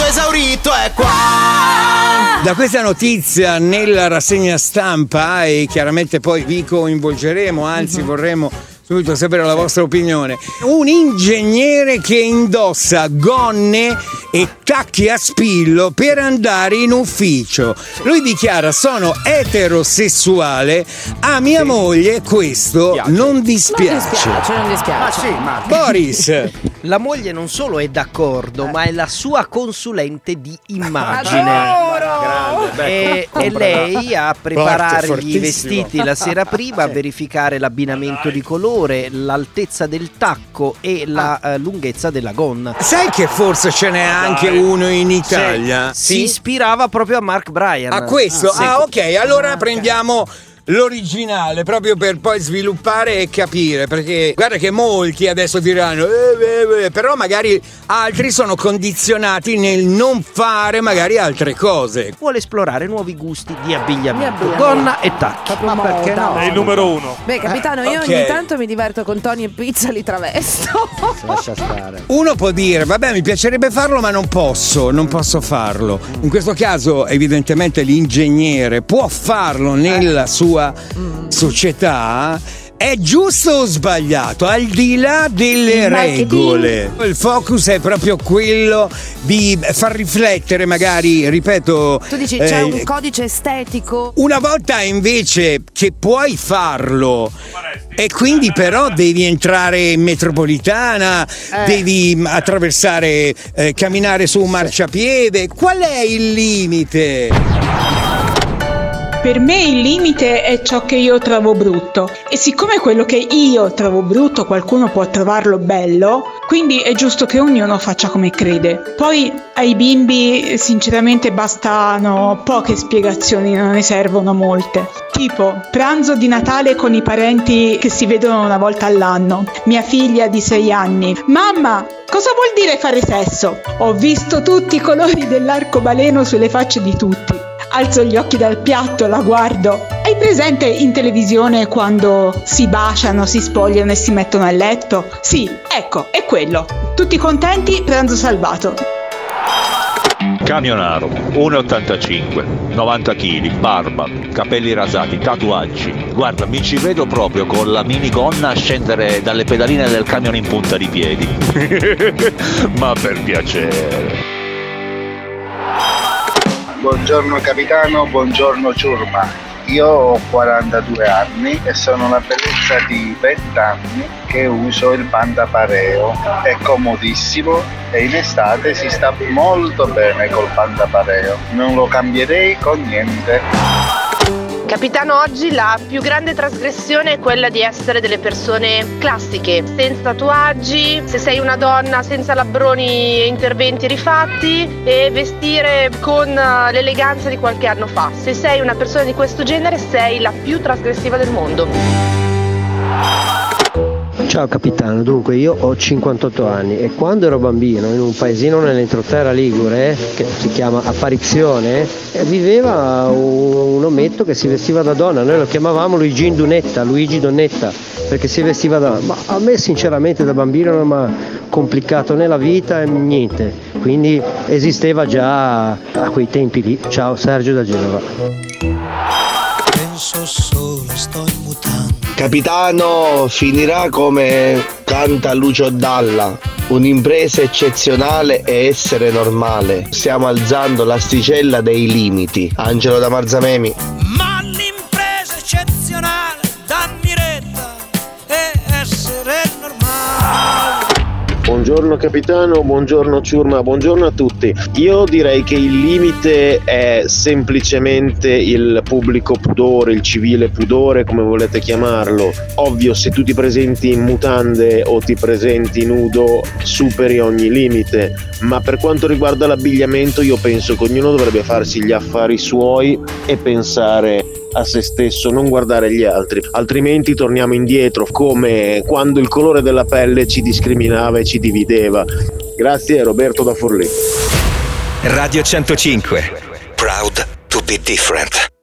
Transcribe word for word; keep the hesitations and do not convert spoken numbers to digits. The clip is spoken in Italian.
esaurito è qua. Da questa notizia nella rassegna stampa, e chiaramente poi vi coinvolgeremo, anzi mm-hmm. vorremmo subito sapere la vostra opinione. Un ingegnere che indossa gonne e tacchi a spillo per andare in ufficio. Lui dichiara: sono eterosessuale, a mia sì. moglie questo Piace. non dispiace. Non dispiace, non dispiace. Ah, sì, ma... Boris. La moglie non solo è d'accordo, eh. ma è la sua consulente di immagine. Grande, beh, e, e lei a preparargli i vestiti la sera prima, a verificare l'abbinamento di colore, l'altezza del tacco e la uh, lunghezza della gonna. Sai che forse ce n'è anche uno in Italia? Sì. Si ispirava proprio a Mark Bryan. A questo? Ah, sì. Ah, ok, allora ah, prendiamo... Okay. L'originale, proprio per poi sviluppare e capire, perché guarda che molti adesso diranno eh, eh, eh, però magari altri sono condizionati nel non fare magari altre cose. Vuole esplorare nuovi gusti di abbigliamento, abbigliamento. gonna e tacchi. Ma perché no? È il numero uno. Beh, capitano, io okay. ogni tanto mi diverto con Tony e Pizza, li travesto. Lascia stare. Uno può dire vabbè, mi piacerebbe farlo ma non posso, non posso farlo. In questo caso evidentemente l'ingegnere può farlo nella sua mm. società. È giusto o sbagliato? Al di là delle regole, il focus è proprio quello di far riflettere, magari, ripeto. Tu dici c'è eh, un codice estetico? Una volta invece che puoi farlo e quindi però devi entrare in metropolitana, eh. devi attraversare, eh, camminare su un marciapiede. Qual è il limite? Per me il limite è ciò che io trovo brutto, e siccome quello che io trovo brutto qualcuno può trovarlo bello, quindi è giusto che ognuno faccia come crede. Poi ai bimbi sinceramente bastano poche spiegazioni, non ne servono molte. Tipo pranzo di Natale con i parenti che si vedono una volta all'anno. Mia figlia di sei anni: mamma, cosa vuol dire fare sesso? Ho visto tutti i colori dell'arcobaleno sulle facce di tutti. Alzo gli occhi dal piatto, la guardo. Hai presente in televisione quando si baciano, si spogliano e si mettono a letto? Sì, ecco, è quello. Tutti contenti, pranzo salvato. Camionaro, uno virgola ottantacinque, novanta chili, barba, capelli rasati, tatuaggi. Guarda, mi ci vedo proprio con la minigonna a scendere dalle pedaline del camion in punta di piedi. Ma per piacere. Buongiorno capitano, buongiorno ciurma. Io ho quarantadue anni e sono una bellezza di venti anni che uso il pantapareo. È comodissimo e in estate si sta molto bene col pantapareo. Non lo cambierei con niente. Capitano, oggi la più grande trasgressione è quella di essere delle persone classiche, senza tatuaggi, se sei una donna senza labbroni e interventi rifatti, e vestire con l'eleganza di qualche anno fa. Se sei una persona di questo genere sei la più trasgressiva del mondo. Ciao capitano, dunque io ho cinquantotto anni e quando ero bambino in un paesino nell'entroterra ligure che si chiama Apparizione viveva un ometto che si vestiva da donna. Noi lo chiamavamo Luigi Donnetta, Luigi Donnetta, perché si vestiva da donna. Ma a me sinceramente da bambino non mi ha complicato né la vita e niente, quindi esisteva già a quei tempi lì. Ciao, Sergio da Genova. Penso solo, sto in mutande. Capitano, finirà come canta Lucio Dalla: un'impresa eccezionale è essere normale. Stiamo alzando l'asticella dei limiti. Angelo da Marzamemi. Ma l'impresa eccezionale, dammi retta, è essere normale. Buongiorno capitano, buongiorno ciurma, buongiorno a tutti. Io direi che il limite è semplicemente il pubblico pudore, il civile pudore, come volete chiamarlo. Ovvio, se tu ti presenti in mutande o ti presenti nudo superi ogni limite, ma per quanto riguarda l'abbigliamento io penso che ognuno dovrebbe farsi gli affari suoi e pensare a se stesso, non guardare gli altri, altrimenti torniamo indietro come quando il colore della pelle ci discriminava e ci divideva. Grazie, Roberto da Forlì. Radio centocinque, proud to be different.